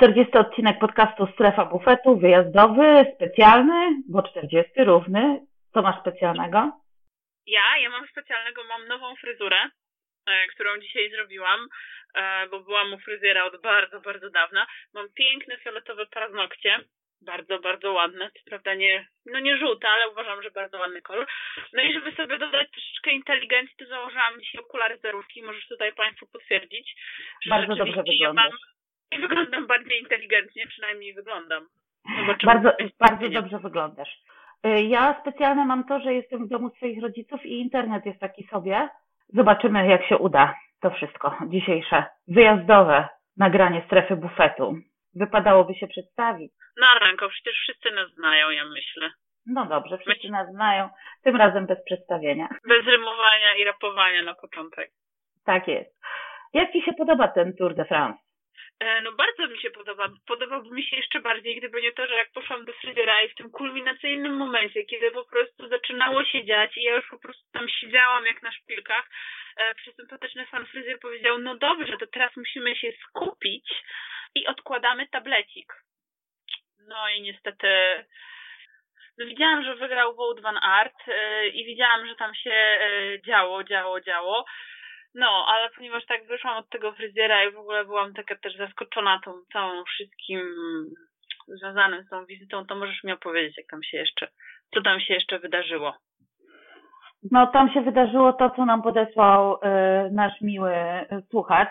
40 odcinek podcastu Strefa Bufetu, wyjazdowy, specjalny, bo 40 równy. Co masz specjalnego? Ja mam specjalnego, mam nową fryzurę, którą dzisiaj zrobiłam, bo byłam u fryzjera od bardzo, bardzo dawna. Mam piękne fioletowe paznokcie, bardzo, bardzo ładne, co prawda nie żółte, ale uważam, że bardzo ładny kolor. No i żeby sobie dodać troszeczkę inteligencji, to założyłam dzisiaj okulary zerówki, możesz tutaj Państwu potwierdzić, że bardzo dobrze wyglądasz. Wyglądam bardziej inteligentnie, przynajmniej wyglądam. Bardzo dobrze wyglądasz. Ja specjalne mam to, że jestem w domu swoich rodziców i internet jest taki sobie. Zobaczymy, jak się uda to wszystko dzisiejsze wyjazdowe nagranie Strefy Bufetu. Wypadałoby się przedstawić. Na rękę, przecież wszyscy nas znają, ja myślę. No dobrze, wszyscy nas znają, tym razem bez przedstawienia. Bez rymowania i rapowania na początek. Tak jest. Jak Ci się podoba ten Tour de France? No bardzo mi się podoba. Podobałby mi się jeszcze bardziej, gdyby nie to, że jak poszłam do fryzjera i w tym kulminacyjnym momencie, kiedy po prostu zaczynało się dziać i ja już po prostu tam siedziałam jak na szpilkach, przesympatyczny pan fryzjer powiedział, no dobrze, to teraz musimy się skupić i odkładamy tablecik. No i niestety widziałam, że wygrał Wout van Aert i widziałam, że tam się działo. No, ale ponieważ tak wyszłam od tego fryzjera i w ogóle byłam taka też zaskoczona tą całą wszystkim związanym z tą wizytą, to możesz mi opowiedzieć, co tam się jeszcze wydarzyło. No, tam się wydarzyło to, co nam podesłał nasz miły słuchacz.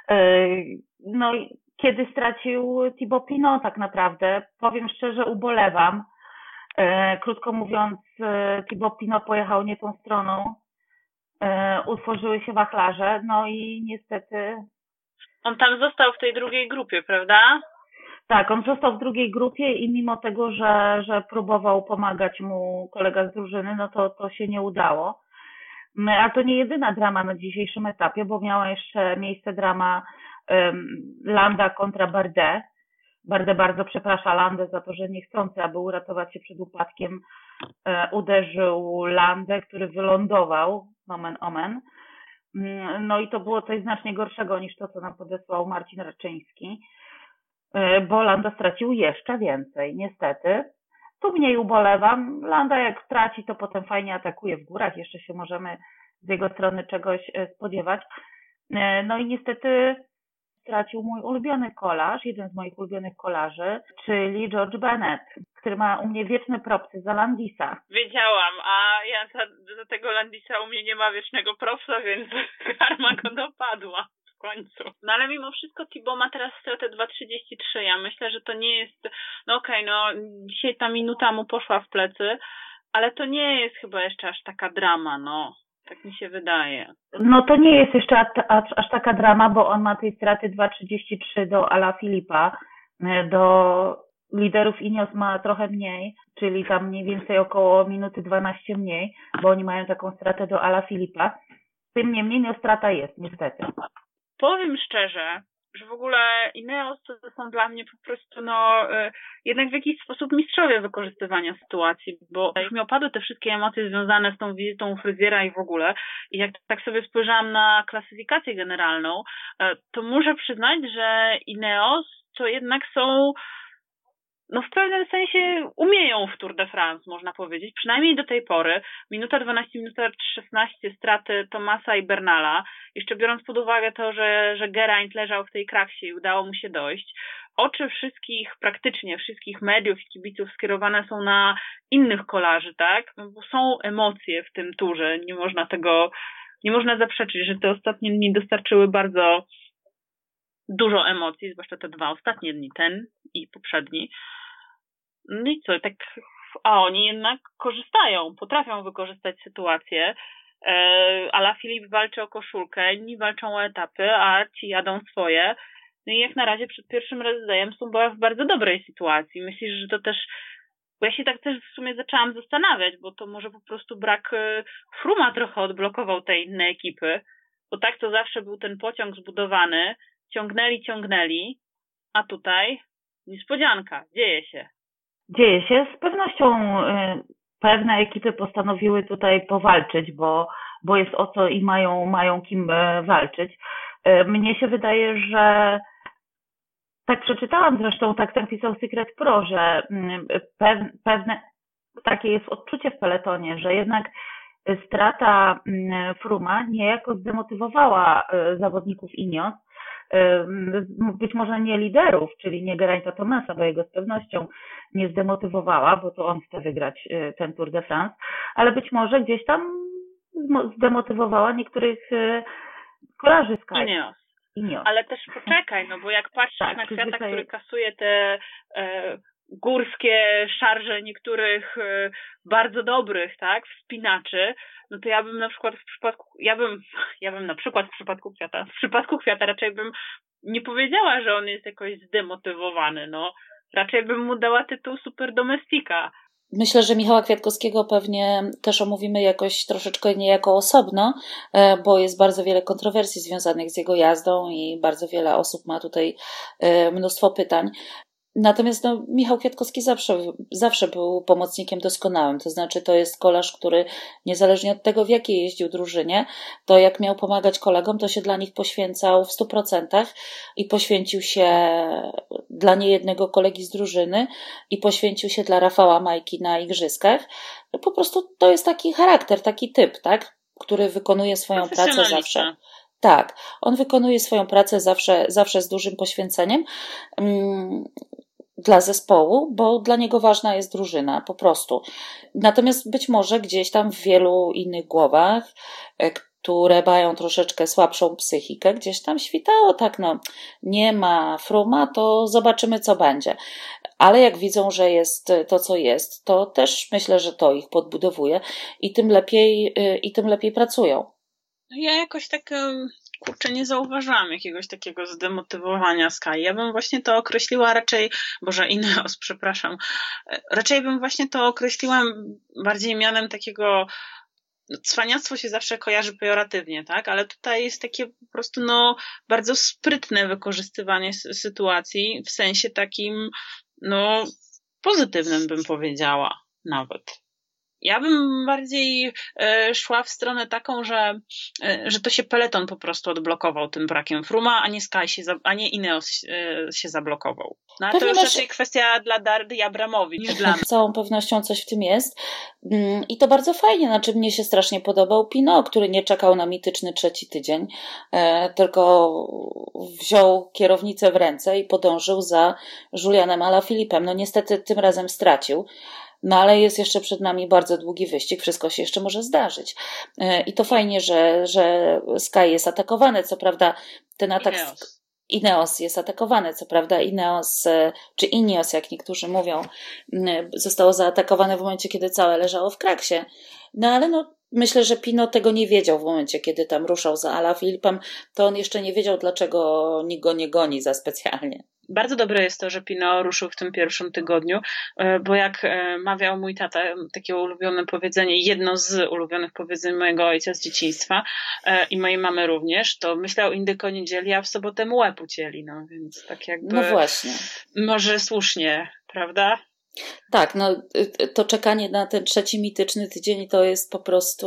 No, kiedy stracił Thibaut Pinot tak naprawdę, powiem szczerze, ubolewam. Krótko mówiąc, Thibaut Pinot pojechał nie tą stroną. Utworzyły się wachlarze, no i niestety... On tam został w tej drugiej grupie, prawda? Tak, on został w drugiej grupie i mimo tego, że próbował pomagać mu kolega z drużyny, no to się nie udało. A to nie jedyna drama na dzisiejszym etapie, bo miała jeszcze miejsce drama Landa kontra Bardet. Bardet bardzo przeprasza Landę za to, że niechcący, aby uratować się przed upadkiem, uderzył Landę, który wylądował, nomen omen. No i to było coś znacznie gorszego niż to, co nam podesłał Marcin Raczyński, bo Landa stracił jeszcze więcej, niestety. Tu mniej ubolewam. Landa jak traci, to potem fajnie atakuje w górach, jeszcze się możemy z jego strony czegoś spodziewać. No i niestety stracił mój ulubiony kolarz, jeden z moich ulubionych kolarzy, czyli George Bennett, który ma u mnie wieczne propsy za Landisa. Wiedziałam, a ja za tego Landisa u mnie nie ma wiecznego propsa, więc karma go dopadła w końcu. No ale mimo wszystko Thibaut ma teraz stratę 2:33. Ja myślę, że to nie jest... No okej, dzisiaj ta minuta mu poszła w plecy, ale to nie jest chyba jeszcze aż taka drama, no. Tak mi się wydaje. No to nie jest jeszcze aż taka drama, bo on ma tej straty 2:33 do Alaphilippa, do liderów Ineos ma trochę mniej, czyli tam mniej więcej około minuty 12 mniej, bo oni mają taką stratę do Alaphilippa. Tym niemniej strata jest, niestety. Powiem szczerze, że w ogóle Ineos to są dla mnie po prostu jednak w jakiś sposób mistrzowie wykorzystywania sytuacji, bo już mi opadły te wszystkie emocje związane z tą wizytą u fryzjera i w ogóle. I jak tak sobie spojrzałam na klasyfikację generalną, to muszę przyznać, że Ineos to jednak są... w pewnym sensie umieją w Tour de France, można powiedzieć, przynajmniej do tej pory. Minuta 12, minuta 16 straty Thomasa i Bernala. Jeszcze biorąc pod uwagę to, że Geraint leżał w tej kraksie i udało mu się dojść. Oczy praktycznie wszystkich mediów i kibiców skierowane są na innych kolarzy, tak? Bo są emocje w tym turze. Nie można zaprzeczyć, że te ostatnie dni dostarczyły bardzo dużo emocji, zwłaszcza te 2 ostatnie dni, ten i poprzedni. No i co, tak, oni jednak potrafią wykorzystać sytuację. Alaphilippe walczy o koszulkę, inni walczą o etapy, a ci jadą swoje. No i jak na razie przed pierwszym rodzajem są w bardzo dobrej sytuacji. Myślisz, że to też, bo ja się tak też w sumie zaczęłam zastanawiać, bo to może po prostu brak Frooma trochę odblokował te inne ekipy, bo tak to zawsze był ten pociąg zbudowany, ciągnęli, a tutaj niespodzianka, dzieje się. Z pewnością pewne ekipy postanowiły tutaj powalczyć, bo jest o co i mają kim walczyć. Mnie się wydaje, że Tak przeczytałam zresztą, tak pisał Secret Pro, że pewne takie jest odczucie w peletonie, że jednak strata Fruma niejako zdemotywowała zawodników Ineos, być może nie liderów, czyli nie Geraint'a Thomasa, bo jego z pewnością nie zdemotywowała, bo to on chce wygrać ten Tour de France, ale być może gdzieś tam zdemotywowała niektórych kolarzy Sky. Ineos. Ale też poczekaj, no bo jak patrzysz na Kwiata, który kasuje te górskie szarże niektórych bardzo dobrych, tak, wspinaczy, no to ja bym na przykład w przypadku Kwiata raczej bym nie powiedziała, że on jest jakoś zdemotywowany, no. Raczej bym mu dała tytuł super domestika. Myślę, że Michała Kwiatkowskiego pewnie też omówimy jakoś troszeczkę niejako osobno, bo jest bardzo wiele kontrowersji związanych z jego jazdą i bardzo wiele osób ma tutaj mnóstwo pytań. Natomiast Michał Kwiatkowski zawsze był pomocnikiem doskonałym, to znaczy to jest kolarz, który niezależnie od tego, w jakiej jeździł drużynie, to jak miał pomagać kolegom, to się dla nich poświęcał w 100% i poświęcił się dla niejednego kolegi z drużyny i poświęcił się dla Rafała Majki na igrzyskach. Po prostu to jest taki charakter, taki typ, tak, który wykonuje swoją pracę zawsze. Tak, on wykonuje swoją pracę zawsze z dużym poświęceniem dla zespołu, bo dla niego ważna jest drużyna, po prostu. Natomiast być może gdzieś tam w wielu innych głowach, które mają troszeczkę słabszą psychikę, gdzieś tam świtało tak, nie ma Fruma, to zobaczymy, co będzie. Ale jak widzą, że jest to, co jest, to też myślę, że to ich podbudowuje i tym lepiej pracują. Ja jakoś tak, nie zauważyłam jakiegoś takiego zdemotywowania Sky. Ja bym właśnie to określiła Ineos, przepraszam. Raczej bym właśnie to określiła bardziej mianem takiego, cwaniactwo się zawsze kojarzy pejoratywnie, tak? Ale tutaj jest takie po prostu, bardzo sprytne wykorzystywanie sytuacji w sensie takim, pozytywnym bym powiedziała nawet. Ja bym bardziej szła w stronę taką, że to się peleton po prostu odblokował tym brakiem Fruma, a nie Ineos się zablokował. No a to już raczej kwestia dla Dardy i Abramowi niż dla mnie. Z całą pewnością coś w tym jest. I to bardzo fajnie. Znaczy mnie się strasznie podobał Pinot, który nie czekał na mityczny 3. tydzień, tylko wziął kierownicę w ręce i podążył za Julianem Alaphilippem. Niestety tym razem stracił. Ale jest jeszcze przed nami bardzo długi wyścig, wszystko się jeszcze może zdarzyć. I to fajnie, że Sky jest atakowane, co prawda ten atak Ineos jest atakowany, co prawda Ineos, czy Ineos, jak niektórzy mówią, zostało zaatakowane w momencie, kiedy całe leżało w kraksie. Ale myślę, że Pinot tego nie wiedział w momencie, kiedy tam ruszał za Alaphilippem, to on jeszcze nie wiedział, dlaczego nikt go nie goni za specjalnie. Bardzo dobre jest to, że Pinot ruszył w tym pierwszym tygodniu, bo jak mawiał mój tata, takie ulubione powiedzenie, jedno z ulubionych powiedzeń mojego ojca z dzieciństwa i mojej mamy również, to myślał indyko niedzieli, a w sobotę mu łeb ucięli, więc tak jakby... No właśnie. Może słusznie, prawda? Tak, to czekanie na ten 3. mityczny tydzień to jest po prostu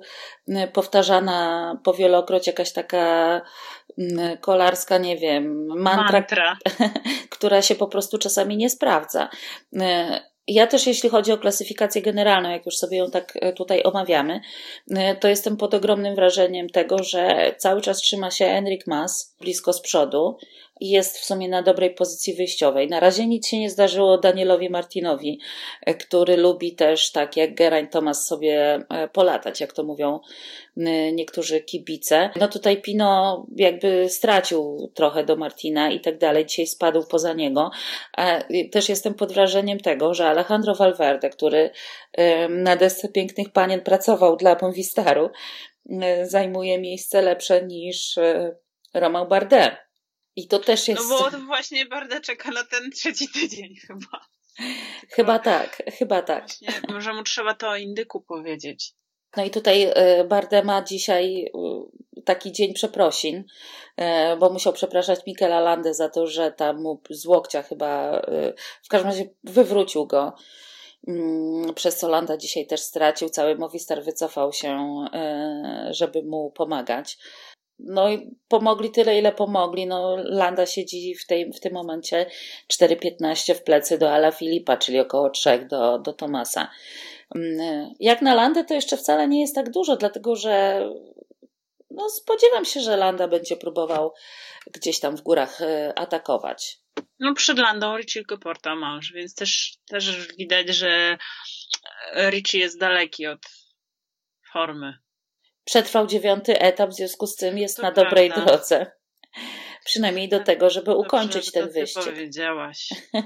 powtarzana powielokroć jakaś taka kolarska, nie wiem, mantra. Która się po prostu czasami nie sprawdza. Ja też, jeśli chodzi o klasyfikację generalną, jak już sobie ją tak tutaj omawiamy, to jestem pod ogromnym wrażeniem tego, że cały czas trzyma się Enric Mas blisko z przodu i jest w sumie na dobrej pozycji wyjściowej. Na razie nic się nie zdarzyło Danielowi Martinowi, który lubi też, tak jak Geraint Thomas, sobie polatać, jak to mówią niektórzy kibice. Tutaj Pinot jakby stracił trochę do Martina i tak dalej. Dzisiaj spadł poza niego. Też jestem pod wrażeniem tego, że Alejandro Valverde, który na desce Pięknych Panien pracował dla Movistaru, zajmuje miejsce lepsze niż Romain Bardet. I to też jest... bo to właśnie Bardet czeka na ten 3. tydzień chyba. Chyba tak. Właśnie, może mu trzeba to o indyku powiedzieć. I tutaj Bardet ma dzisiaj taki dzień przeprosin, bo musiał przepraszać Mikela Landę za to, że tam mu z łokcia chyba, w każdym razie wywrócił go, przez co Landa dzisiaj też stracił. Cały Movistar wycofał się, żeby mu pomagać. no i pomogli tyle, ile pomogli. No, Landa siedzi w tym momencie 4,15 w plecy do Alaphilippa, czyli około 3 do Thomasa. Jak na Landę to jeszcze wcale nie jest tak dużo, dlatego że no, spodziewam się, że Landa będzie próbował gdzieś tam w górach atakować. No przed Landą Richie Porta masz, więc też widać, że Richie jest daleki od formy. Przetrwał 9. etap, w związku z tym jest to na dobrej drodze. Przynajmniej do tego, żeby ukończyć ten wyścig. Powiedziałaś.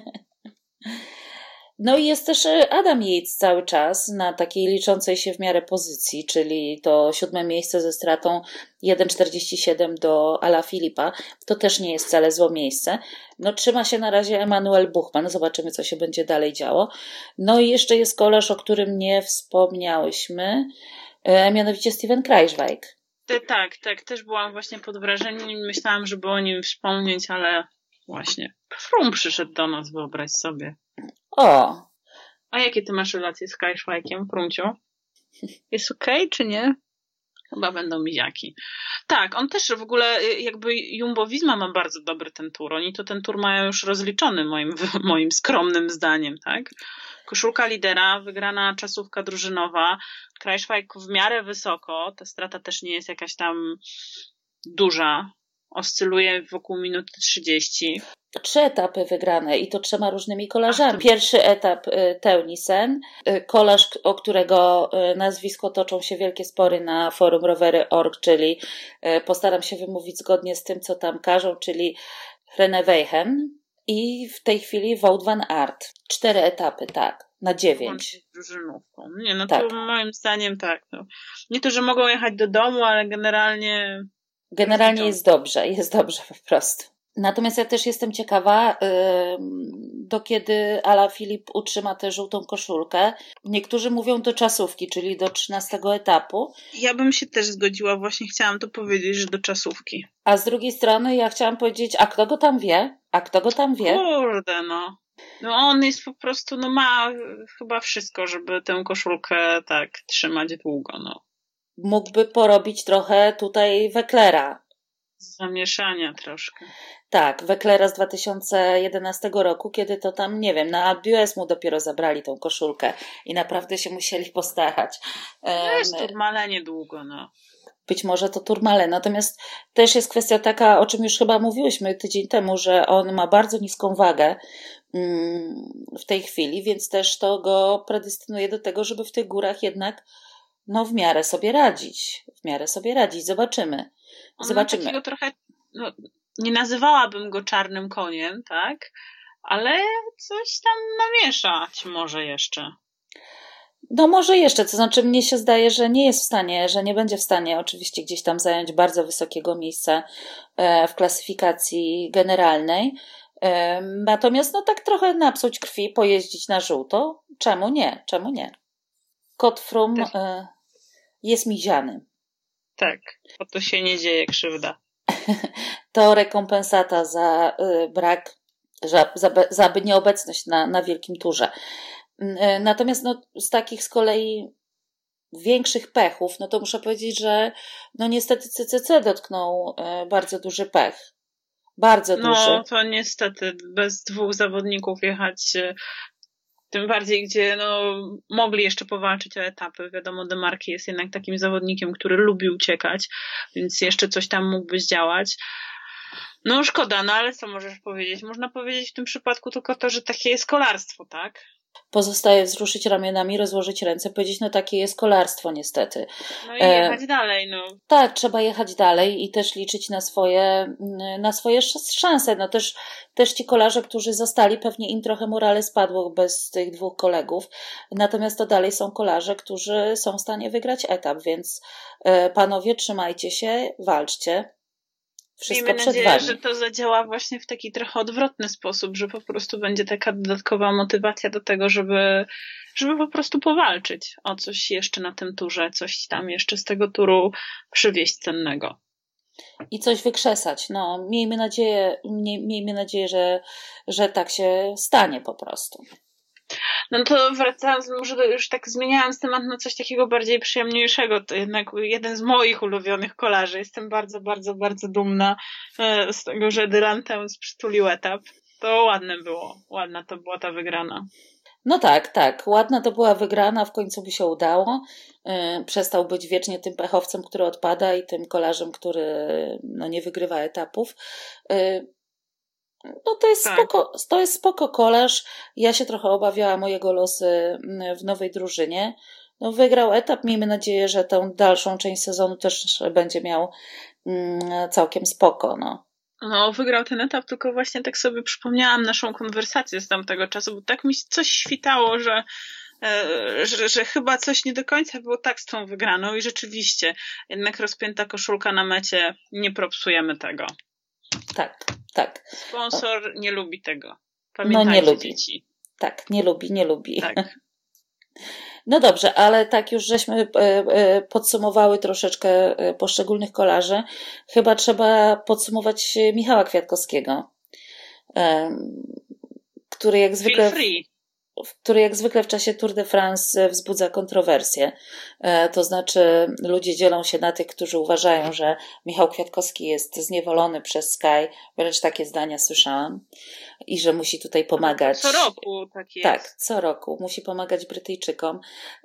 No i jest też Adam Yates cały czas na takiej liczącej się w miarę pozycji, czyli to 7. miejsce ze stratą 1,47 do Alaphilippa. To też nie jest wcale złe miejsce. No trzyma się na razie Emanuel Buchmann. Zobaczymy, co się będzie dalej działo. No i jeszcze jest kolarz, o którym nie wspomniałyśmy, mianowicie Steven Kruijswijk. Tak, też byłam właśnie pod wrażeniem i myślałam, żeby o nim wspomnieć, ale właśnie Froome przyszedł do nas, wyobraź sobie. O! A jakie ty masz relacje z Kruijswijkiem, Prumciu? Jest okej, czy nie? Chyba będą miziaki. Tak, on też w ogóle jakby Jumbo-Visma ma bardzo dobry ten tour. Oni to ten tour mają już rozliczony moim skromnym zdaniem, tak? Koszulka lidera, wygrana czasówka drużynowa, Kruijswijk w miarę wysoko, ta strata też nie jest jakaś tam duża, oscyluje wokół minuty 30. 3 etapy wygrane i to 3 różnymi kolarzami. Pierwszy etap Teunissen, kolarz, o którego nazwisko toczą się wielkie spory na forum rowery.org, czyli postaram się wymówić zgodnie z tym, co tam każą, czyli René Weihen i w tej chwili Wout van Aert. 4 etapy, tak, na 9. Z drużynówką. Nie, no tak. To moim zdaniem tak. No. Nie to, że mogą jechać do domu, ale generalnie jest dobrze po prostu. Natomiast ja też jestem ciekawa, do kiedy Alaphilippe utrzyma tę żółtą koszulkę. Niektórzy mówią do czasówki, czyli do 13 etapu. Ja bym się też zgodziła, właśnie chciałam to powiedzieć, że do czasówki. A z drugiej strony ja chciałam powiedzieć, a kto go tam wie? Kurde, no. No on jest po prostu, no ma chyba wszystko, żeby tę koszulkę tak trzymać długo, no. Mógłby porobić trochę tutaj Wecklera. Zamieszania troszkę. Tak, Wecklera z 2011 roku, kiedy to tam, nie wiem, na Alpe d'Huez mu dopiero zabrali tą koszulkę i naprawdę się musieli postarać. To jest Tourmalet niedługo, no. Być może to Tourmalet, natomiast też jest kwestia taka, o czym już chyba mówiłyśmy tydzień temu, że on ma bardzo niską wagę w tej chwili, więc też to go predystynuje do tego, żeby w tych górach jednak no w miarę sobie radzić. Zobaczymy. Zobaczymy. Takiego trochę, no, nie nazywałabym go czarnym koniem, tak? Ale coś tam namieszać może jeszcze. No może jeszcze, to znaczy mnie się zdaje, że nie jest w stanie, że nie będzie w stanie oczywiście gdzieś tam zająć bardzo wysokiego miejsca w klasyfikacji generalnej. Natomiast no tak trochę napsuć krwi, pojeździć na żółto. Czemu nie? Kot Froome jest miziany. Tak, bo to się nie dzieje krzywda. To rekompensata za brak, za nieobecność na wielkim turze. Natomiast no, z takich z kolei większych pechów, no to muszę powiedzieć, że no niestety CCC dotknął bardzo duży pech. Bardzo duży. No to niestety bez 2 zawodników jechać, tym bardziej, gdzie no, mogli jeszcze powalczyć o etapy. Wiadomo, De Marchi jest jednak takim zawodnikiem, który lubi uciekać, więc jeszcze coś tam mógłby zdziałać. No szkoda, no ale co możesz powiedzieć? Można powiedzieć w tym przypadku tylko to, że takie jest kolarstwo, tak? Pozostaje wzruszyć ramionami, rozłożyć ręce, powiedzieć, no takie jest kolarstwo niestety. No i jechać dalej, no. Tak, trzeba jechać dalej i też liczyć na swoje szanse. No też ci kolarze, którzy zostali, pewnie im trochę morale spadło bez tych 2 kolegów. Natomiast to dalej są kolarze, którzy są w stanie wygrać etap, więc panowie, trzymajcie się, walczcie. Wszystko Miejmy przed nadzieję, wami. że to zadziała właśnie w taki trochę odwrotny sposób, że po prostu będzie taka dodatkowa motywacja do tego, żeby po prostu powalczyć o coś jeszcze na tym turze, coś tam jeszcze z tego turu przywieźć cennego. I coś wykrzesać. No, miejmy nadzieję, że tak się stanie po prostu. No to wracając, może już tak zmieniałam temat na coś takiego bardziej przyjemniejszego, to jednak jeden z moich ulubionych kolarzy. Jestem bardzo, bardzo, bardzo dumna z tego, że Dylan Teuns przytulił etap. To ładne było. Ładna to była ta wygrana. No tak. Ładna to była wygrana, w końcu mu się udało. Przestał być wiecznie tym pechowcem, który odpada i tym kolarzem, który nie wygrywa etapów. No to jest spoko kolarz. Ja się trochę obawiałam o jego losy w nowej drużynie. No, wygrał etap, miejmy nadzieję, że tę dalszą część sezonu też będzie miał całkiem spoko, no. No, wygrał ten etap, tylko właśnie tak sobie przypomniałam naszą konwersację z tamtego czasu, bo tak mi coś świtało, że chyba coś nie do końca było tak z tą wygraną i rzeczywiście jednak rozpięta koszulka na mecie, nie propsujemy tego. Tak. Sponsor nie lubi tego. Pamiętajcie, nie lubi. Dzieci. Tak, nie lubi. Tak. No dobrze, ale tak już żeśmy podsumowały troszeczkę poszczególnych kolarzy. Chyba trzeba podsumować Michała Kwiatkowskiego, który jak zwykle w czasie Tour de France wzbudza kontrowersje. To znaczy ludzie dzielą się na tych, którzy uważają, że Michał Kwiatkowski jest zniewolony przez Sky, wręcz takie zdania słyszałam, i że musi tutaj pomagać. Co roku tak jest. Tak, co roku musi pomagać Brytyjczykom.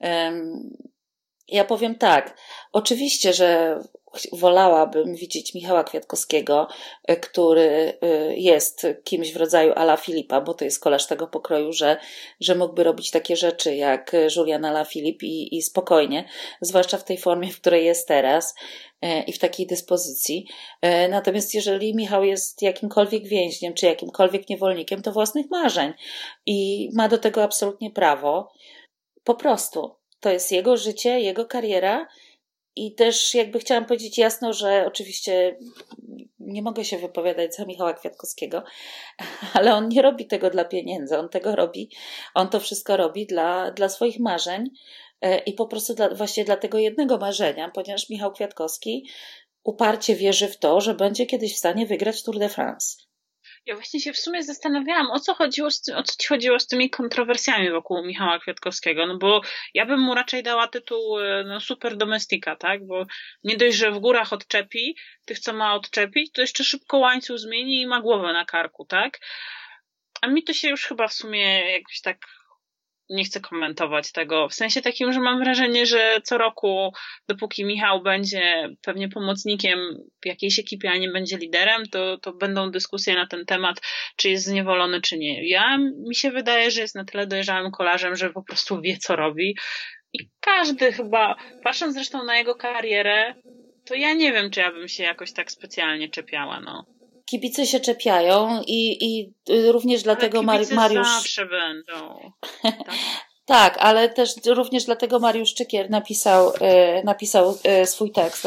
Ja powiem tak, oczywiście, że wolałabym widzieć Michała Kwiatkowskiego, który jest kimś w rodzaju à la Filipa, bo to jest kolarz tego pokroju, że mógłby robić takie rzeczy jak Julian Alaphilippe i spokojnie, zwłaszcza w tej formie, w której jest teraz i w takiej dyspozycji. Natomiast jeżeli Michał jest jakimkolwiek więźniem, czy jakimkolwiek niewolnikiem, to własnych marzeń i ma do tego absolutnie prawo. Po prostu. To jest jego życie, jego kariera. I też jakby chciałam powiedzieć jasno, że oczywiście nie mogę się wypowiadać za Michała Kwiatkowskiego, ale on nie robi tego dla pieniędzy, on to wszystko robi dla swoich marzeń i po prostu właśnie dla tego jednego marzenia, ponieważ Michał Kwiatkowski uparcie wierzy w to, że będzie kiedyś w stanie wygrać Tour de France. Ja właśnie się w sumie zastanawiałam, o co ci chodziło z tymi kontrowersjami wokół Michała Kwiatkowskiego, no bo ja bym mu raczej dała tytuł super domestika, tak, bo nie dość, że w górach odczepi tych, co ma odczepić, to jeszcze szybko łańcuch zmieni i ma głowę na karku, tak, a mi to się już chyba w sumie jakoś tak nie chcę komentować tego, w sensie takim, że mam wrażenie, że co roku, dopóki Michał będzie pewnie pomocnikiem w jakiejś ekipie, a nie będzie liderem, to będą dyskusje na ten temat, czy jest zniewolony, czy nie. Mi się wydaje, że jest na tyle dojrzałym kolarzem, że po prostu wie, co robi i każdy chyba, patrząc zresztą na jego karierę, to ja nie wiem, czy ja bym się jakoś tak specjalnie czepiała, no. Kibice się czepiają i również dlatego Mariusz... zawsze będą. Tak, ale też również dlatego Mariusz Czykier napisał swój tekst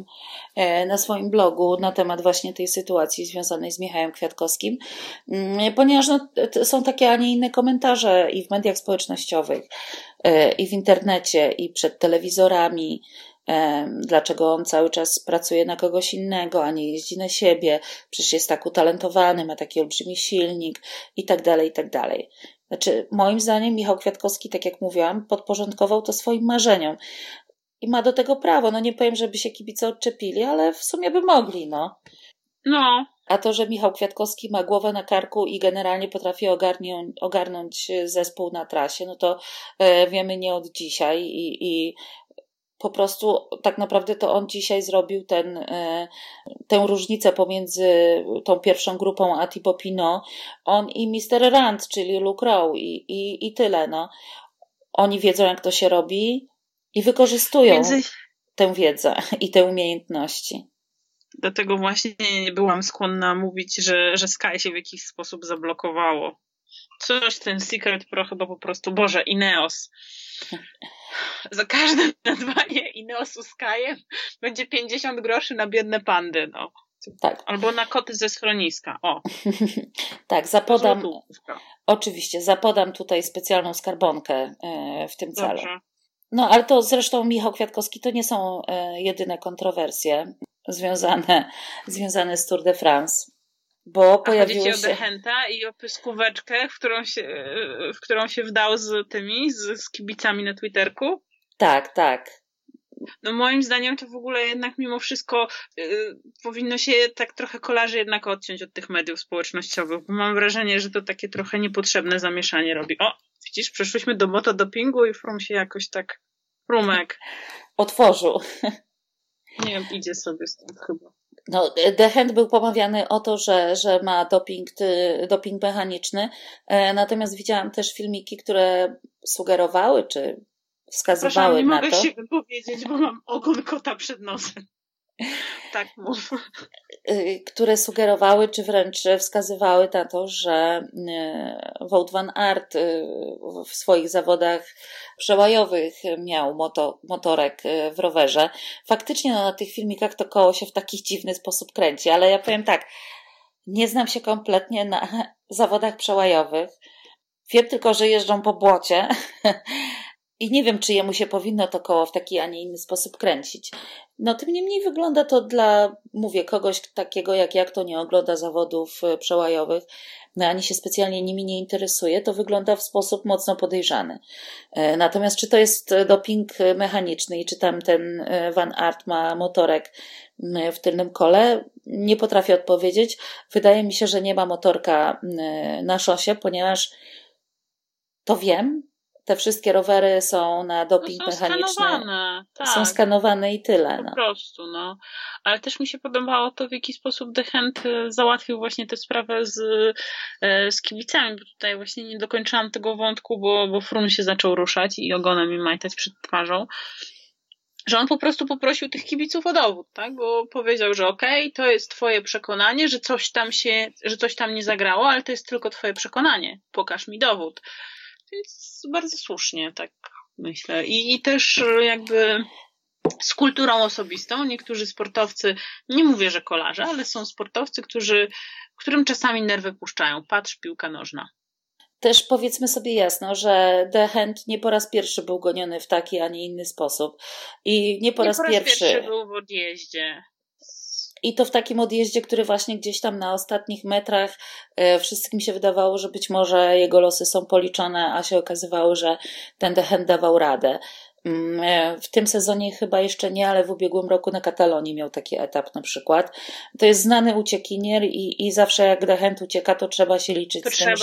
na swoim blogu na temat właśnie tej sytuacji związanej z Michałem Kwiatkowskim, ponieważ są takie, a nie inne komentarze i w mediach społecznościowych, i w internecie, i przed telewizorami, dlaczego on cały czas pracuje na kogoś innego, a nie jeździ na siebie, przecież jest tak utalentowany, ma taki olbrzymi silnik i tak dalej, i tak dalej. Znaczy, moim zdaniem Michał Kwiatkowski, tak jak mówiłam, podporządkował to swoim marzeniom i ma do tego prawo. No nie powiem, żeby się kibice odczepili, ale w sumie by mogli, no. No. A to, że Michał Kwiatkowski ma głowę na karku i generalnie potrafi ogarnąć zespół na trasie, no to wiemy nie od dzisiaj i po prostu tak naprawdę to on dzisiaj zrobił tę różnicę pomiędzy tą pierwszą grupą a Thibaut Pinot. On i Mr. Rand, czyli Luke Rowe i tyle. No. Oni wiedzą, jak to się robi i wykorzystują tę wiedzę i te umiejętności. Dlatego właśnie nie byłam skłonna mówić, że Sky się w jakiś sposób zablokowało. Coś ten Secret Pro chyba po prostu, Boże, Ineos. Za każde nazwanie Ineosu Skyem będzie 50 groszy na biedne pandy, no. Tak. Albo na koty ze schroniska, o. Tak, zapodam tutaj specjalną skarbonkę w tym celu. Dobrze. No, ale to zresztą Michał Kwiatkowski to nie są jedyne kontrowersje związane z Tour de France. bo pojawiło się... Chodzi ci o Dechenta i o pyskóweczkę, w którą się wdał z kibicami na Twitterku? Tak, tak. No moim zdaniem to w ogóle jednak mimo wszystko powinno się tak trochę kolarzy jednak odciąć od tych mediów społecznościowych, bo mam wrażenie, że to takie trochę niepotrzebne zamieszanie robi. O, widzisz, przeszłyśmy do motodopingu i Frum się jakoś tak... Frumek otworzył. Nie wiem, idzie sobie stąd chyba. No, Dechent był pomawiany o to, że ma doping mechaniczny, natomiast widziałam też filmiki, które sugerowały, czy wskazywały na to. Nie mogę się wypowiedzieć, bo mam ogon kota przed nosem. Tak mów. Które sugerowały, czy wręcz wskazywały na to, że Wout van Aert w swoich zawodach przełajowych miał motorek w rowerze. Faktycznie na tych filmikach to koło się w taki dziwny sposób kręci, ale ja powiem tak, nie znam się kompletnie na zawodach przełajowych. Wiem tylko, że jeżdżą po błocie i nie wiem, czy jemu się powinno to koło w taki, a nie inny sposób kręcić. No tym niemniej wygląda to dla, mówię, kogoś takiego jak ja, kto nie ogląda zawodów przełajowych, no ani się specjalnie nimi nie interesuje, to wygląda w sposób mocno podejrzany. Natomiast czy to jest doping mechaniczny i czy tam ten Van Aert ma motorek w tylnym kole, nie potrafię odpowiedzieć. Wydaje mi się, że nie ma motorka na szosie, ponieważ to wiem, te wszystkie rowery są na doping mechaniczny. Skanowane, tak. Są skanowane i tyle. Po prostu, no. Ale też mi się podobało to, w jaki sposób Dechent załatwił właśnie tę sprawę z kibicami, bo tutaj właśnie nie dokończyłam tego wątku, bo Frum się zaczął ruszać i ogonem mi majtać przed twarzą. Że on po prostu poprosił tych kibiców o dowód, tak? Bo powiedział, że okej, to jest twoje przekonanie, że coś tam nie zagrało, ale to jest tylko twoje przekonanie. Pokaż mi dowód. Więc bardzo słusznie, tak myślę. I też jakby z kulturą osobistą. Niektórzy sportowcy, nie mówię, że kolarze, ale są sportowcy, którym czasami nerwy puszczają. Patrz, piłka nożna. Też powiedzmy sobie jasno, że Dechent nie po raz pierwszy był goniony w taki, a nie inny sposób. I nie po raz pierwszy był w odjeździe. I to w takim odjeździe, który właśnie gdzieś tam na ostatnich metrach wszystkim się wydawało, że być może jego losy są policzone, a się okazywało, że ten Dechent dawał radę. W tym sezonie chyba jeszcze nie, ale w ubiegłym roku na Katalonii miał taki etap na przykład. To jest znany uciekinier i zawsze jak Dechent ucieka, to trzeba się liczyć z tym, że...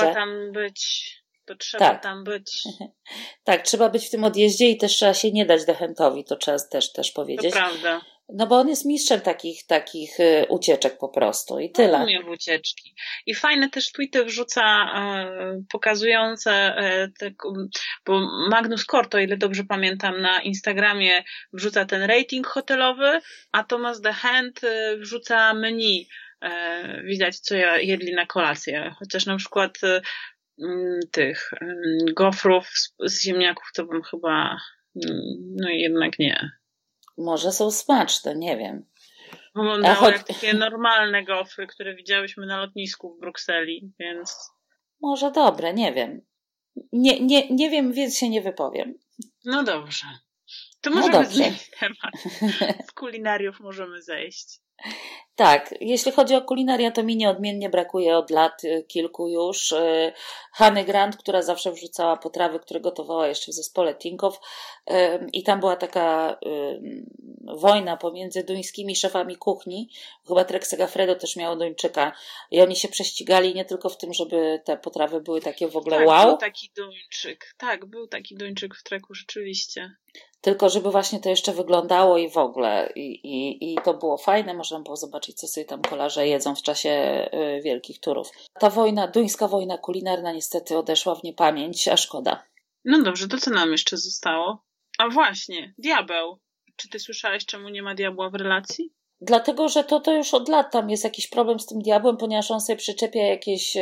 To trzeba tam być. Tak, trzeba być w tym odjeździe i też trzeba się nie dać Dechentowi, to trzeba też powiedzieć. To prawda. No bo on jest mistrzem takich ucieczek po prostu i tyle. Umie w ucieczki. I fajne też tweety wrzuca pokazujące, bo Magnus Kort, o ile dobrze pamiętam, na Instagramie wrzuca ten rating hotelowy, a Thomas Dechent wrzuca menu. Widać, co jedli na kolację. Chociaż na przykład tych gofrów z ziemniaków to bym chyba no jednak nie. Może są smaczne, nie wiem. Wyglądało jak takie normalne gofry, które widziałyśmy na lotnisku w Brukseli, więc... Może dobre, nie wiem. Nie wiem, więc się nie wypowiem. No dobrze. To możemy zmienić temat. Z kulinariów możemy zejść. Tak, jeśli chodzi o kulinaria, to mi nieodmiennie brakuje od lat kilku już Hany Grant, która zawsze wrzucała potrawy, które gotowała jeszcze w zespole Tinkoff i tam była taka wojna pomiędzy duńskimi szefami kuchni, chyba Trek Segafredo też miało Duńczyka i oni się prześcigali nie tylko w tym, żeby te potrawy były takie w ogóle wow. Był taki Duńczyk w Treku rzeczywiście. Tylko żeby właśnie to jeszcze wyglądało i w ogóle. I to było fajne, można było zobaczyć, co sobie tam kolarze jedzą w czasie wielkich turów. Ta duńska wojna kulinarna niestety odeszła w niepamięć, a szkoda. No dobrze, to co nam jeszcze zostało? A właśnie, diabeł. Czy ty słyszałeś, czemu nie ma diabła w relacji? Dlatego, że to już od lat tam jest jakiś problem z tym diabłem, ponieważ on sobie przyczepia jakieś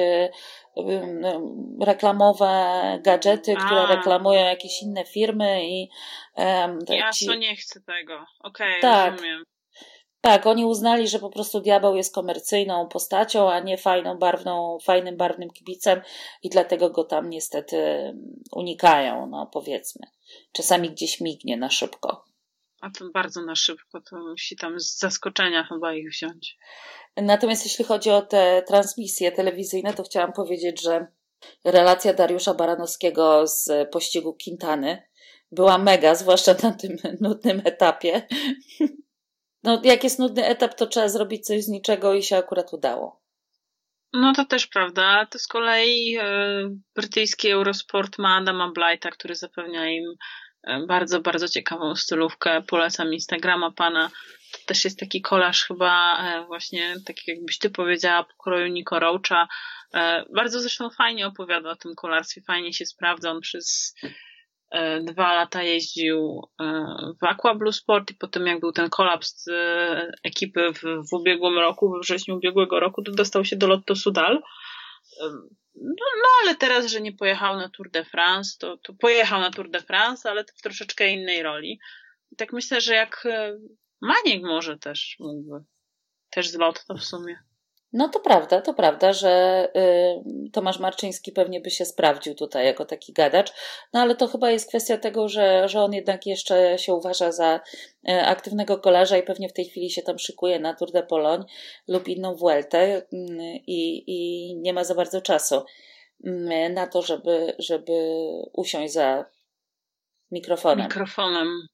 reklamowe gadżety, które reklamują jakieś inne firmy i Jasno nie chcę tego. Okej, tak, rozumiem. Tak, oni uznali, że po prostu diabeł jest komercyjną postacią, a nie fajnym, barwnym kibicem i dlatego go tam niestety unikają, no powiedzmy. Czasami gdzieś mignie na szybko. A to bardzo na szybko, to musi tam z zaskoczenia chyba ich wziąć. Natomiast jeśli chodzi o te transmisje telewizyjne, to chciałam powiedzieć, że relacja Dariusza Baranowskiego z pościgu Quintany była mega, zwłaszcza na tym nudnym etapie. No, jak jest nudny etap, to trzeba zrobić coś z niczego i się akurat udało. No to też prawda. To z kolei brytyjski Eurosport ma Adama Blytha, który zapewnia im bardzo, bardzo ciekawą stylówkę. Polecam Instagrama pana. To też jest taki kolaż chyba właśnie, tak jakbyś ty powiedziała, pokroju Nico Roacha. Bardzo zresztą fajnie opowiada o tym kolarstwie, fajnie się sprawdza. On przez 2 lata jeździł w Aqua Blue Sport i potem jak był ten kolaps ekipy w ubiegłym roku, we wrześniu ubiegłego roku, to dostał się do Lotto Soudal. No ale teraz, że nie pojechał na Tour de France, to pojechał na Tour de France, ale w troszeczkę innej roli. I tak myślę, że jak Maniek może też mógłby. Też z Lotto w sumie. No to prawda, że Tomasz Marczyński pewnie by się sprawdził tutaj jako taki gadacz, no ale to chyba jest kwestia tego, że on jednak jeszcze się uważa za aktywnego kolarza i pewnie w tej chwili się tam szykuje na Tour de Pologne lub inną Vueltę i nie ma za bardzo czasu na to, żeby usiąść za mikrofonem.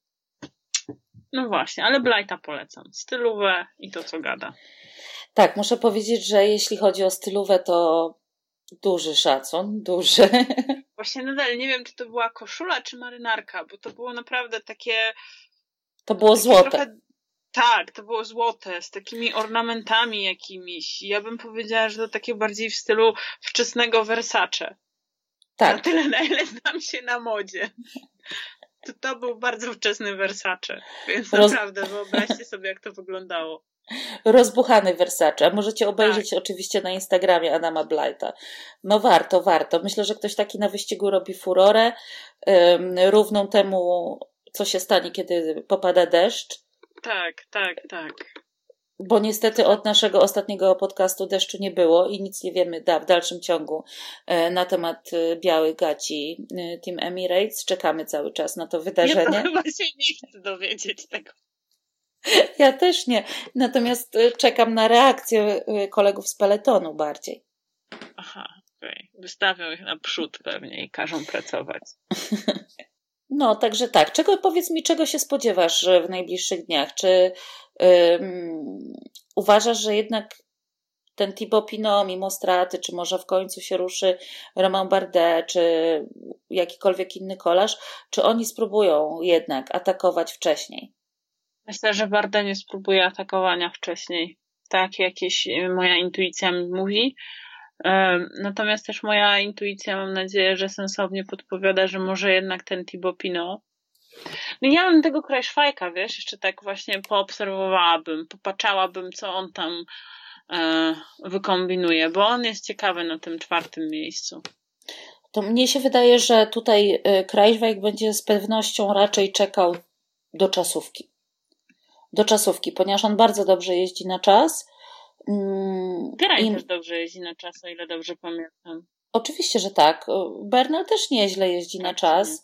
No właśnie, ale Blytha polecam. Stylówę i to, co gada. Tak, muszę powiedzieć, że jeśli chodzi o stylówę, to duży szacun, duży. Właśnie nadal nie wiem, czy to była koszula, czy marynarka, bo to było naprawdę takie... To było złote. Trochę... Tak, to było złote, z takimi ornamentami jakimiś. Ja bym powiedziała, że to takie bardziej w stylu wczesnego Versace. Tak. Na tyle, na ile znam się na modzie. To był bardzo wczesny Versace, więc naprawdę wyobraźcie sobie, jak to wyglądało. Rozbuchany Versace. Możecie obejrzeć oczywiście na Instagramie Adama Blytha. No warto. Myślę, że ktoś taki na wyścigu robi furorę, równą temu, co się stanie, kiedy popada deszcz. Tak. Bo niestety od naszego ostatniego podcastu deszczu nie było i nic nie wiemy w dalszym ciągu na temat białych gaci Team Emirates. Czekamy cały czas na to wydarzenie. Ja to chyba się nie chcę dowiedzieć tego. Ja też nie. Natomiast czekam na reakcję kolegów z peletonu bardziej. Aha, okej. Wystawią ich naprzód pewnie i każą pracować. No, także tak. Powiedz mi, czego się spodziewasz w najbliższych dniach? Czy uważasz, że jednak ten Thibaut Pinot mimo straty, czy może w końcu się ruszy Romain Bardet, czy jakikolwiek inny kolarz, czy oni spróbują jednak atakować wcześniej? Myślę, że Bardet nie spróbuje atakowania wcześniej. Tak, jakieś moja intuicja mi mówi. Natomiast też moja intuicja, mam nadzieję, że sensownie podpowiada, że może jednak ten Thibaut Pinot. No ja bym tego Kruijswijka, wiesz, jeszcze tak właśnie poobserwowałabym, popatrzałabym, co on tam wykombinuje, bo on jest ciekawy na tym 4. miejscu. To mnie się wydaje, że tutaj Kruijswijk będzie z pewnością raczej czekał do czasówki, ponieważ on bardzo dobrze jeździ na czas. Geraint też dobrze jeździ na czas, o ile dobrze pamiętam. Oczywiście, że tak. Bernal też nieźle jeździ na czas.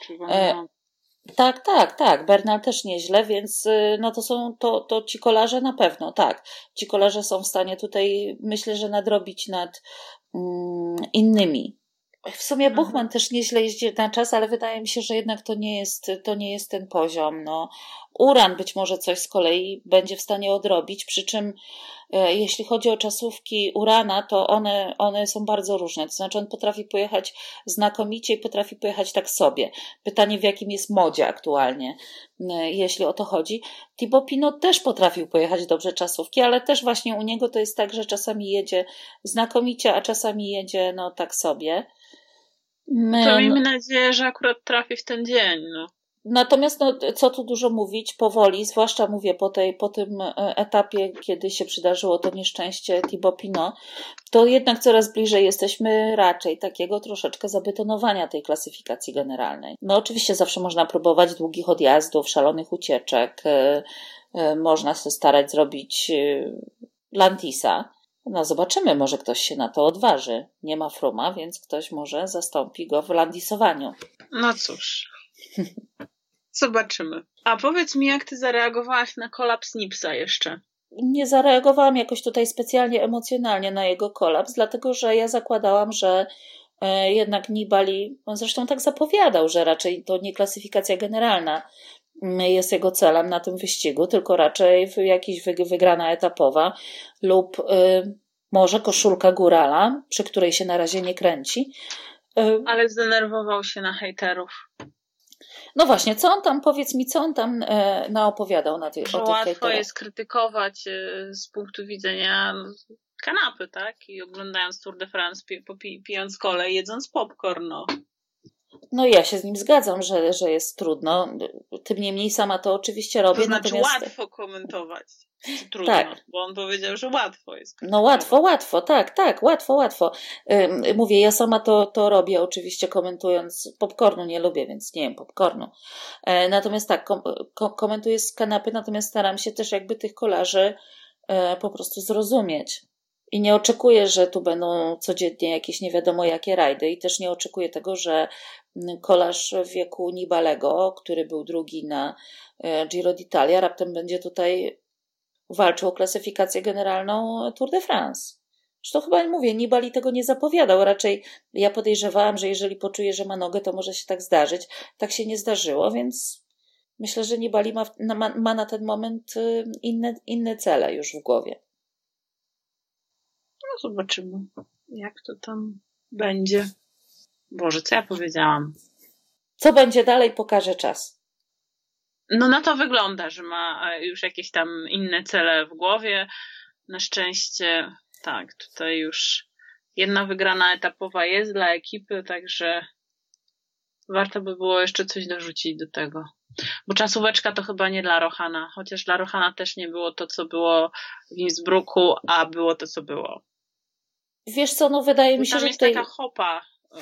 Tak. Bernal też nieźle, więc no to ci kolarze na pewno, tak. Ci kolarze są w stanie tutaj, myślę, że nadrobić nad innymi. W sumie Buchmann też nieźle jeździ na czas, ale wydaje mi się, że jednak to nie jest ten poziom. No. Uran być może coś z kolei będzie w stanie odrobić, przy czym jeśli chodzi o czasówki Urana, to one są bardzo różne. To znaczy on potrafi pojechać znakomicie i potrafi pojechać tak sobie. Pytanie, w jakim jest modzie aktualnie, jeśli o to chodzi. Thibaut Pinot też potrafił pojechać dobrze czasówki, ale też właśnie u niego to jest tak, że czasami jedzie znakomicie, a czasami jedzie no tak sobie. To miejmy nadzieję, że akurat trafi w ten dzień. No. Natomiast co tu dużo mówić, powoli, zwłaszcza mówię po tym etapie, kiedy się przydarzyło to nieszczęście Thibaut Pinot, to jednak coraz bliżej jesteśmy raczej takiego troszeczkę zabetonowania tej klasyfikacji generalnej. No oczywiście zawsze można próbować długich odjazdów, szalonych ucieczek, można się starać zrobić Landisa. No zobaczymy, może ktoś się na to odważy. Nie ma Frooma, więc ktoś może zastąpi go w landisowaniu. No cóż. Zobaczymy. A powiedz mi, jak ty zareagowałaś na kolaps Nipsa jeszcze? Nie zareagowałam jakoś tutaj specjalnie emocjonalnie na jego kolaps, dlatego że ja zakładałam, że jednak Nibali, on zresztą tak zapowiadał, że raczej to nie klasyfikacja generalna jest jego celem na tym wyścigu, tylko raczej jakaś wygrana etapowa lub może koszulka górala, przy której się na razie nie kręci. Ale zdenerwował się na hejterów. No właśnie, powiedz mi, co on tam naopowiadał o tych łatwo hejterach? jest krytykować z punktu widzenia kanapy, tak? I oglądając Tour de France, pijąc kolę, jedząc popcorn, no. No ja się z nim zgadzam, że jest trudno. Tym niemniej sama to oczywiście robię. To znaczy natomiast... łatwo komentować. Trudno, tak. Bo on powiedział, że łatwo jest. No łatwo, tak, łatwo. Mówię, ja sama to robię oczywiście komentując. Popcornu nie lubię, więc nie jem popcornu. Natomiast tak, komentuję z kanapy, natomiast staram się też jakby tych kolarzy po prostu zrozumieć. I nie oczekuję, że tu będą codziennie jakieś nie wiadomo jakie rajdy i też nie oczekuję tego, że kolarz w wieku Nibalego, który był drugi na Giro d'Italia, raptem będzie tutaj walczył o klasyfikację generalną Tour de France. Zresztą chyba mówię, Nibali tego nie zapowiadał. Raczej ja podejrzewałam, że jeżeli poczuje, że ma nogę, to może się tak zdarzyć. Tak się nie zdarzyło, więc myślę, że Nibali ma na ten moment inne cele już w głowie. No zobaczymy, jak to tam będzie. Boże, co ja powiedziałam? Co będzie dalej, pokaże czas. No na to wygląda, że ma już jakieś tam inne cele w głowie. Na szczęście, tak, tutaj już jedna wygrana etapowa jest dla ekipy, także warto by było jeszcze coś dorzucić do tego. Bo czasóweczka to chyba nie dla Rohana, chociaż dla Rohana też nie było to, co było w Innsbrucku, a było to, co było. Wiesz co, no wydaje mi się, że jest taka hopa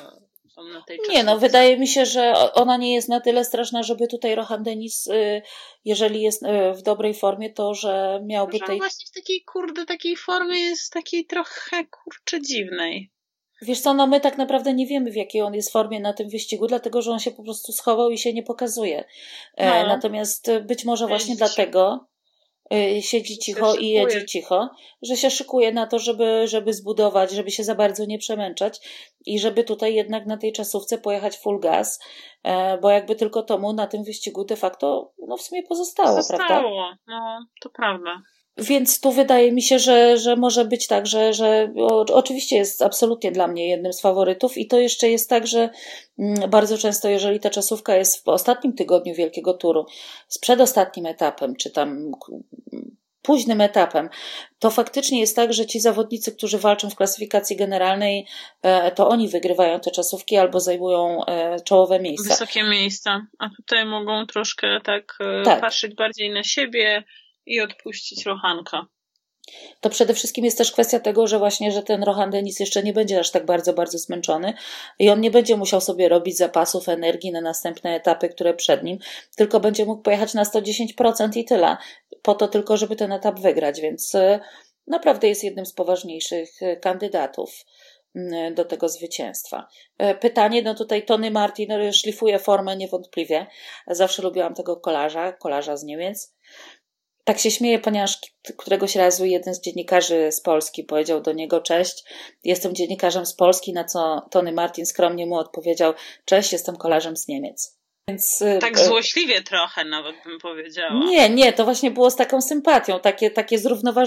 na tej czasówce. Nie, no wydaje mi się, że ona nie jest na tyle straszna, żeby tutaj Rohan Dennis, jeżeli jest w dobrej formie, to że miałby tej... właśnie w takiej formie jest takiej trochę dziwnej. Wiesz co, no my tak naprawdę nie wiemy, w jakiej on jest formie na tym wyścigu, dlatego, że on się po prostu schował i się nie pokazuje. Natomiast być może właśnie dlatego siedzi cicho i jedzie cicho, że się szykuje na to, żeby zbudować, żeby się za bardzo nie przemęczać i żeby tutaj jednak na tej czasówce pojechać full gas, bo jakby tylko to mu na tym wyścigu de facto w sumie pozostało, prawda? No, to prawda. Więc tu wydaje mi się, że może być tak, że oczywiście jest absolutnie dla mnie jednym z faworytów i to jeszcze jest tak, że bardzo często, jeżeli ta czasówka jest w ostatnim tygodniu Wielkiego Turu, z przedostatnim etapem, czy tam późnym etapem, to faktycznie jest tak, że ci zawodnicy, którzy walczą w klasyfikacji generalnej, to oni wygrywają te czasówki albo zajmują czołowe miejsca. Wysokie miejsca, a tutaj mogą troszkę tak patrzeć bardziej na siebie i odpuścić Rohanka. To przede wszystkim jest też kwestia tego, że właśnie, że ten Rohan Dennis jeszcze nie będzie aż tak bardzo, bardzo zmęczony i on nie będzie musiał sobie robić zapasów energii na następne etapy, które przed nim, tylko będzie mógł pojechać na 110% i tyle. Po to tylko, żeby ten etap wygrać, więc naprawdę jest jednym z poważniejszych kandydatów do tego zwycięstwa. Pytanie, no tutaj Tony Martin szlifuje formę niewątpliwie. Zawsze lubiłam tego kolarza z Niemiec. Tak się śmieję, ponieważ któregoś razu jeden z dziennikarzy z Polski powiedział do niego: cześć, jestem dziennikarzem z Polski, na co Tony Martin skromnie mu odpowiedział: cześć, jestem kolarzem z Niemiec. Więc, tak złośliwie trochę nawet bym powiedziała. Nie, to właśnie było z taką sympatią, takie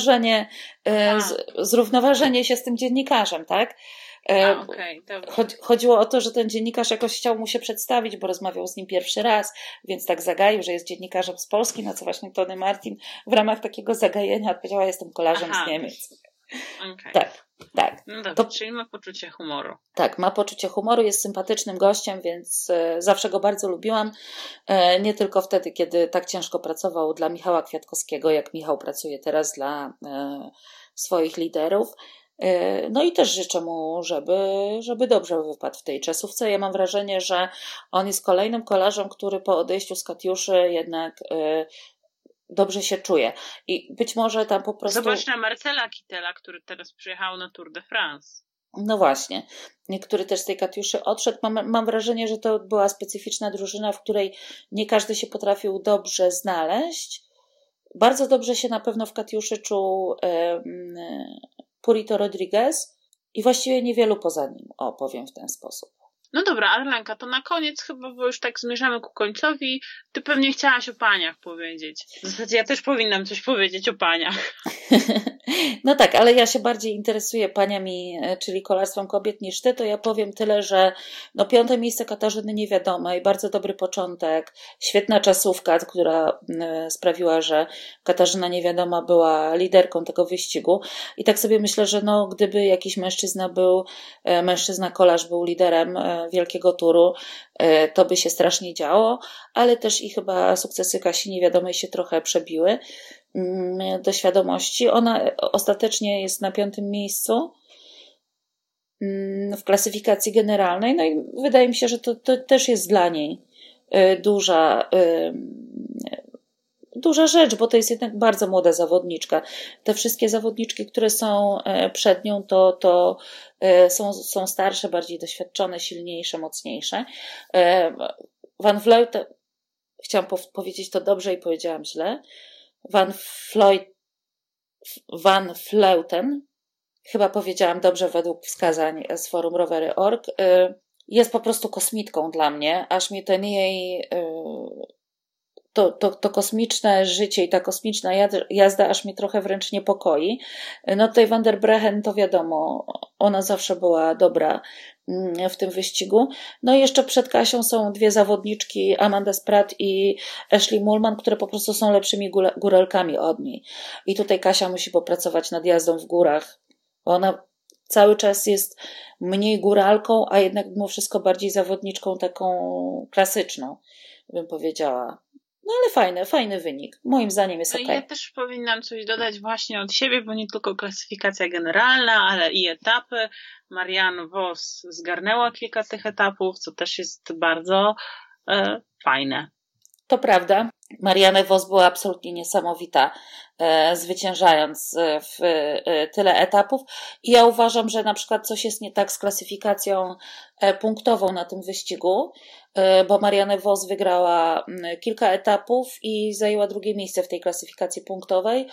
zrównoważenie się z tym dziennikarzem, tak? Chodziło o to, że ten dziennikarz jakoś chciał mu się przedstawić, bo rozmawiał z nim pierwszy raz, więc tak zagaił, że jest dziennikarzem z Polski, na co właśnie Tony Martin w ramach takiego zagajenia odpowiedziała: jestem kolarzem z Niemiec. Tak. No dobrze, czyli ma poczucie humoru. Tak, ma poczucie humoru, jest sympatycznym gościem, więc zawsze go bardzo lubiłam. Nie tylko wtedy, kiedy tak ciężko pracował dla Michała Kwiatkowskiego, jak Michał pracuje teraz dla swoich liderów. No i też życzę mu, żeby dobrze wypadł w tej czasówce. Ja mam wrażenie, że on jest kolejnym kolarzem, który po odejściu z Katiuszy jednak dobrze się czuje. I być może tam po prostu... Zobacz na Marcela Kittela, który teraz przyjechał na Tour de France. No właśnie. Który też z tej Katiuszy odszedł. Mam wrażenie, że to była specyficzna drużyna, w której nie każdy się potrafił dobrze znaleźć. Bardzo dobrze się na pewno w Katiuszy czuł Purito Rodriguez i właściwie niewielu poza nim, powiem w ten sposób. No dobra, Arlenka, to na koniec chyba, bo już tak zmierzamy ku końcowi, ty pewnie chciałaś o paniach powiedzieć. W zasadzie ja też powinnam coś powiedzieć o paniach. No tak, ale ja się bardziej interesuję paniami, czyli kolarstwem kobiet niż ty, to ja powiem tyle, że 5. miejsce Katarzyny Niewiadomej, bardzo dobry początek, świetna czasówka, która sprawiła, że Katarzyna Niewiadoma była liderką tego wyścigu i tak sobie myślę, że gdyby jakiś mężczyzna kolarz był liderem wielkiego turu, to by się strasznie działo, ale też i chyba sukcesy Kasi Niewiadomej się trochę przebiły do świadomości. Ona ostatecznie jest na 5. miejscu w klasyfikacji generalnej, no i wydaje mi się, że to też jest dla niej duża rzecz, bo to jest jednak bardzo młoda zawodniczka. Te wszystkie zawodniczki, które są przed nią, to są starsze, bardziej doświadczone, silniejsze, mocniejsze. Van Vleuten, chciałam powiedzieć to dobrze i powiedziałam źle. Van Vleuten, chyba powiedziałam dobrze według wskazań z forum rowery.org, jest po prostu kosmitką dla mnie, aż mnie ten jej to kosmiczne życie i ta kosmiczna jazda aż mnie trochę wręcz niepokoi. Tutaj Van der Breggen to wiadomo, ona zawsze była dobra w tym wyścigu. No i jeszcze przed Kasią są 2 zawodniczki, Amanda Spratt i Ashley Moolman, które po prostu są lepszymi góralkami od niej. I tutaj Kasia musi popracować nad jazdą w górach. Ona cały czas jest mniej góralką, a jednak mimo wszystko bardziej zawodniczką taką klasyczną, bym powiedziała. No ale fajny wynik. Moim zdaniem jest okej. Ja też powinnam coś dodać właśnie od siebie, bo nie tylko klasyfikacja generalna, ale i etapy. Marianne Vos zgarnęła kilka tych etapów, co też jest bardzo fajne. To prawda. Marianne Vos była absolutnie niesamowita, zwyciężając w tyle etapów. I ja uważam, że na przykład coś jest nie tak z klasyfikacją punktową na tym wyścigu, bo Marianne Vos wygrała kilka etapów i zajęła 2. miejsce w tej klasyfikacji punktowej,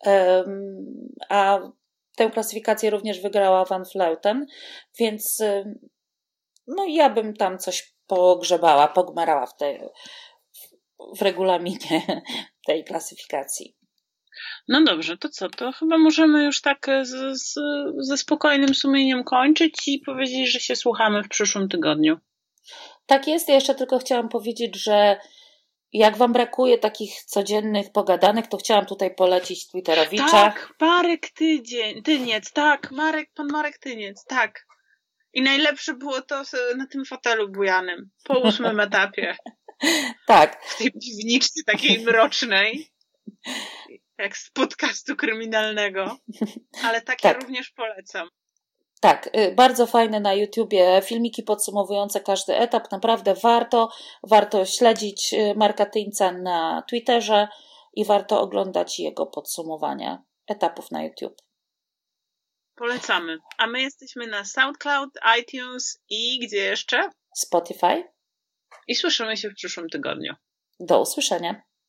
a tę klasyfikację również wygrała Van Vleuten, więc ja bym tam coś pogmerała w regulaminie tej klasyfikacji. No dobrze, to co? To chyba możemy już tak ze spokojnym sumieniem kończyć i powiedzieć, że się słuchamy w przyszłym tygodniu. Tak jest. Ja jeszcze tylko chciałam powiedzieć, że jak wam brakuje takich codziennych pogadanek, to chciałam tutaj polecić Twitterowicza. Tak, Marek Tyniec, tak, pan Marek Tyniec, tak. I najlepsze było to na tym fotelu bujanym, po 8. etapie. Tak. W tej piwniczce takiej mrocznej, jak z podcastu kryminalnego, ale takie tak. Również polecam. Tak, bardzo fajne na YouTubie filmiki podsumowujące każdy etap, naprawdę warto śledzić Marka Tyńca na Twitterze i warto oglądać jego podsumowania etapów na YouTube. Polecamy. A my jesteśmy na SoundCloud, iTunes i gdzie jeszcze? Spotify. I słyszymy się w przyszłym tygodniu. Do usłyszenia.